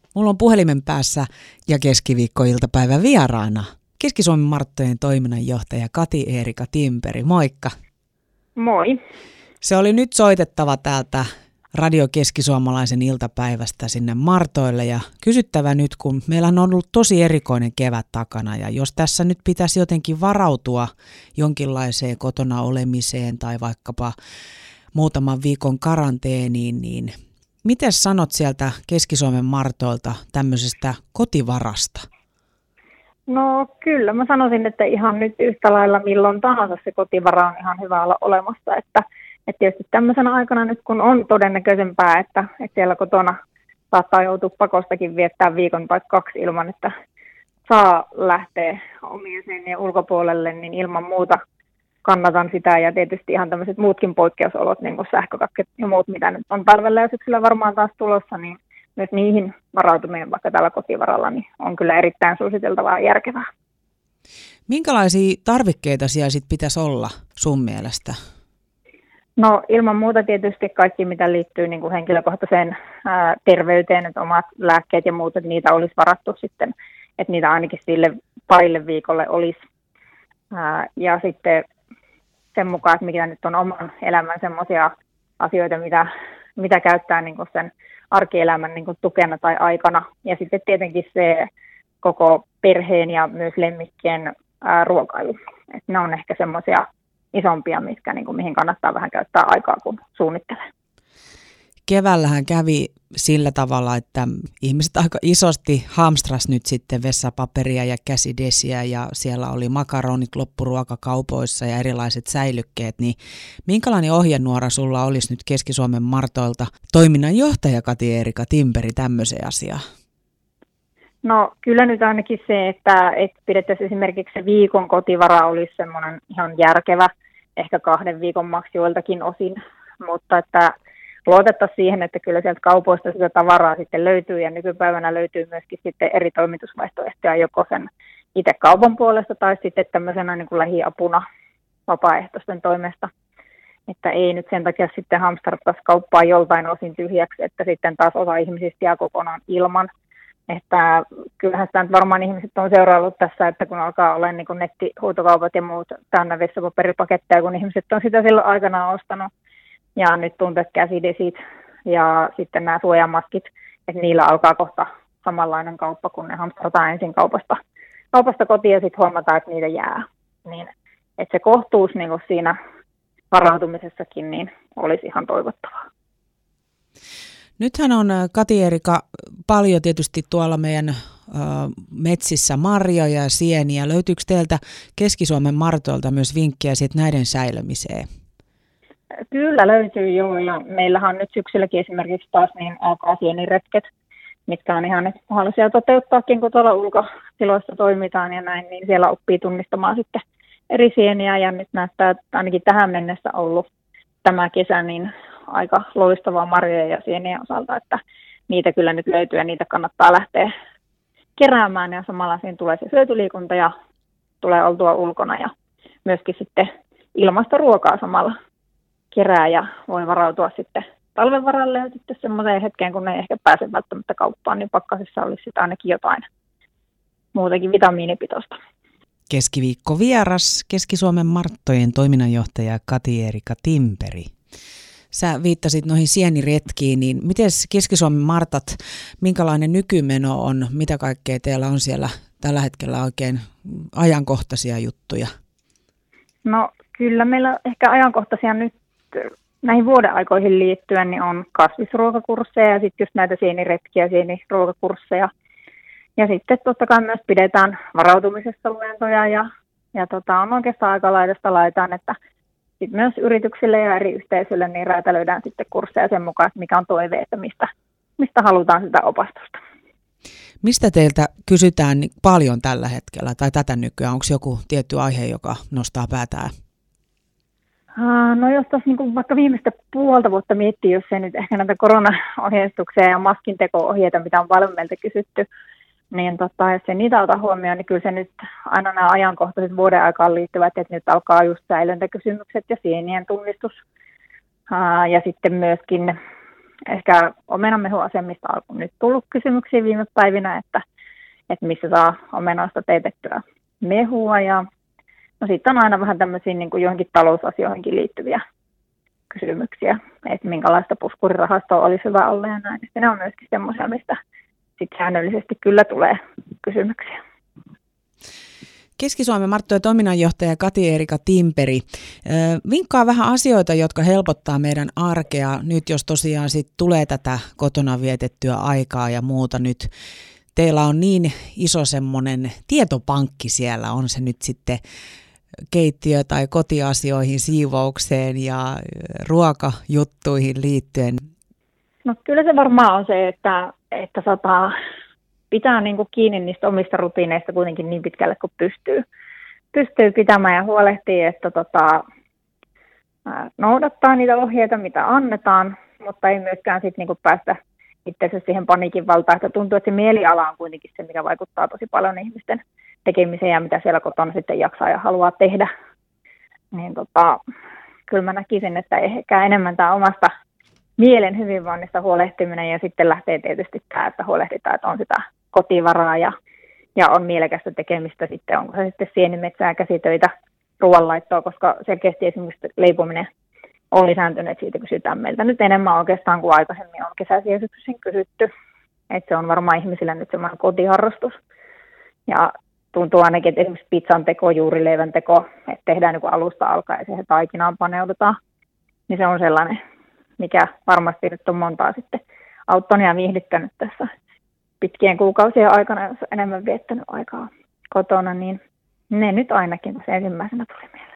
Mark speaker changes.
Speaker 1: Mulla on puhelimen päässä ja keskiviikkoiltapäivän vieraana Keski-Suomen Marttojen toiminnanjohtaja Kati-Erika Timperi. Moikka!
Speaker 2: Moi!
Speaker 1: Se oli nyt soitettava täältä Radio Keski-Suomalaisen iltapäivästä sinne Martoille ja kysyttävä nyt, kun meillä on ollut tosi erikoinen kevät takana ja jos tässä nyt pitäisi jotenkin varautua jonkinlaiseen kotona olemiseen tai vaikkapa muutaman viikon karanteeniin, niin miten sanot sieltä Keski-Suomen Martoilta tämmöisestä kotivarasta?
Speaker 2: No kyllä, mä sanoisin, että ihan nyt yhtä lailla milloin tahansa se kotivara on ihan hyvä olla olemassa, että tietysti tämmöisenä aikana nyt kun on todennäköisempää, että siellä kotona saattaa joutua pakostakin viettää viikon tai kaksi ilman, että saa lähteä omien seinien ulkopuolelle, niin ilman muuta kannatan sitä ja tietysti ihan tämmöiset muutkin poikkeusolot, niin kuin sähkökatket ja muut, mitä nyt on talvella ja syksyllä varmaan taas tulossa, niin myös niihin varautuminen vaikka tällä kotivaralla niin on kyllä erittäin suositeltavaa ja järkevää.
Speaker 1: Minkälaisia tarvikkeita siellä sit pitäisi olla sun mielestä?
Speaker 2: No ilman muuta tietysti kaikki, mitä liittyy niin kuin henkilökohtaiseen terveyteen, että omat lääkkeet ja muut, että niitä olisi varattu sitten, että niitä ainakin sille parille viikolle olisi. Ja sitten sen mukaan, että mikä nyt on oman elämän semmoisia asioita, mitä käyttää niin kuin sen arkielämän niin kuin tukena tai aikana. Ja sitten tietenkin se koko perheen ja myös lemmikkien ruokailu. Että ne on ehkä semmoisia isompia, mihin kannattaa vähän käyttää aikaa, kun suunnittelee.
Speaker 1: Keväällähän kävi sillä tavalla, että ihmiset aika isosti hamstras nyt sitten vessapaperia ja käsidesiä ja siellä oli makaronit loppuruokakaupoissa ja erilaiset säilykkeet, niin minkälainen ohjenuora sulla olisi nyt Keski-Suomen Martoilta toiminnanjohtaja Kati-Erika Timperi tämmöiseen asiaan?
Speaker 2: No kyllä nyt ainakin se, että pidettäisiin esimerkiksi se viikon kotivara olisi semmoinen ihan järkevä, ehkä 2 viikon maks joiltakin osin, mutta että luotettaisiin siihen, että kyllä sieltä kaupoista sitä tavaraa sitten löytyy ja nykypäivänä löytyy myöskin sitten eri toimitusvaihtoehtoja joko sen itse kaupan puolesta tai sitten tämmöisenä niin kuin lähiapuna vapaaehtoisten toimesta. Että ei nyt sen takia sitten hamstrattaisi kauppaa joltain osin tyhjäksi, että sitten taas osa ihmisistä jää kokonaan ilman. Että kyllähän sitä nyt varmaan ihmiset on seuraillut tässä, että kun alkaa olla niin kuin nettihuutokaupat ja muut täynnä vessapaperipaketteja, kun ihmiset on sitä silloin aikanaan ostanut. Ja nyt tuntuu, että käsidesit ja sitten nämä suojamaskit, että niillä alkaa kohta samanlainen kauppa, kun ne hamstrataan ensin kaupasta kotiin ja sitten huomataan, että niitä jää. Niin, että se kohtuus niin kuin siinä varautumisessakin niin olisi ihan toivottavaa.
Speaker 1: Nythän on, Kati-Erika, paljon tietysti tuolla meidän metsissä marjoja ja sieniä. Löytyykö teiltä Keski-Suomen Martoilta myös vinkkejä näiden säilymiseen?
Speaker 2: Kyllä löytyy joo, ja meillähän on nyt syksylläkin esimerkiksi taas niin alkaa sieniretket, mitkä on ihan mahdollisia toteuttaakin, kun tuolla ulkotiloissa toimitaan ja näin, niin siellä oppii tunnistamaan sitten eri sieniä, ja nyt näyttää, että ainakin tähän mennessä ollut tämä kesä niin aika loistavaa marjoja ja sienien osalta, että niitä kyllä nyt löytyy ja niitä kannattaa lähteä keräämään, ja samalla siinä tulee se syötyliikunta ja tulee oltua ulkona ja myöskin sitten ilmaista ruokaa samalla kerää ja voi varautua sitten talven varalle ja sitten semmoiseen hetkeen, kun ei ehkä pääse välttämättä kauppaan, niin pakkasessa olisi sitten ainakin jotain muutakin vitamiinipitoista.
Speaker 1: Keskiviikko vieras Keski-Suomen Marttojen toiminnanjohtaja Kati-Erika Timperi. Sä viittasit noihin sieniretkiin, niin miten Keski-Suomen Martat, minkälainen nykymeno on, mitä kaikkea teillä on siellä tällä hetkellä oikein ajankohtaisia juttuja? No
Speaker 2: kyllä meillä ehkä ajankohtaisia nyt näihin vuodenaikoihin liittyen niin on kasvisruokakursseja ja sitten just näitä sieniretkiä, sieniruokakursseja. Ja sitten totta kai myös pidetään varautumisesta luentoja ja on oikeastaan aika laidasta laitaan, että sitten myös yrityksille ja eri yhteisöille niin räätälöidään sitten kursseja sen mukaan, että mikä on toive, että mistä halutaan sitä opastusta.
Speaker 1: Mistä teiltä kysytään paljon tällä hetkellä tai tätä nykyään? Onko joku tietty aihe, joka nostaa päätään?
Speaker 2: No jos tuossa niin vaikka viimeistä puolta vuotta miettii, jos ei nyt ehkä näitä koronaohjeistuksia ja maskinteko-ohjeita, mitä on paljon meiltä kysytty, niin jos se niitä ota huomioon, niin kyllä se nyt aina nämä ajankohtaiset vuoden aikaan liittyvät, että nyt alkaa just säilöntäkysymykset ja sienien tunnistus. Ja sitten myöskin Ehkä omenamehuasemista on nyt tullut kysymyksiä viime päivinä, että missä saa omenasta teetettyä mehua. Ja no sitten on aina vähän tämmöisiä niin kuin johonkin talousasioihinkin liittyviä kysymyksiä, että minkälaista puskurirahastoa olisi hyvä olla ja näin. Ja ne on myöskin semmoisia, mistä sitten säännöllisesti kyllä tulee kysymyksiä.
Speaker 1: Keski-Suomen Martto- ja toiminnanjohtaja Kati-Erika Timperi. Vinkkaa vähän asioita, jotka helpottaa meidän arkea nyt, jos tosiaan sit tulee tätä kotona vietettyä aikaa ja muuta nyt. Teillä on niin iso semmoinen tietopankki siellä, on se nyt sitten keittiö- tai kotiasioihin, siivoukseen ja ruokajuttuihin liittyen.
Speaker 2: No kyllä se varmaan on se, että pitää niin kuin kiinni niistä omista rutiineista kuitenkin niin pitkälle kuin pystyy pitämään ja huolehtii, että noudattaa niitä ohjeita, mitä annetaan, mutta ei myöskään sit niin kuin päästä itse siihen paniikin valtaan, että tuntuu, että se mieliala on kuitenkin se, mikä vaikuttaa tosi paljon ihmisten tekemiseen ja mitä siellä kotona sitten jaksaa ja haluaa tehdä. Niin kyllä mä näkisin, että ehkä enemmän tämä omasta mielen hyvinvoinnista huolehtiminen ja sitten lähtee tietysti tämä, että huolehditaan, että on sitä kotivaraa ja on mielekästä tekemistä sitten, onko se sitten sienimetsää, käsitöitä, ruoanlaittoa, koska selkeästi esimerkiksi leipominen on lisääntynyt, siitä kysytään meiltä nyt enemmän oikeastaan kuin aikaisemmin on kesäisiä ja syksyisin kysytty. Että se on varmaan ihmisillä nyt semmoinen kotiharrastus. Ja tuntuu ainakin, että esimerkiksi pizzan teko, juurileivän teko, että tehdään niin kuin alusta alkaen ja siihen taikinaan paneudutaan, niin se on sellainen, mikä varmasti nyt on montaa sitten auttanut ja viihdyttänyt tässä pitkien kuukausien aikana, jos on enemmän viettänyt aikaa kotona, niin ne nyt ainakin se ensimmäisenä tuli mieleen.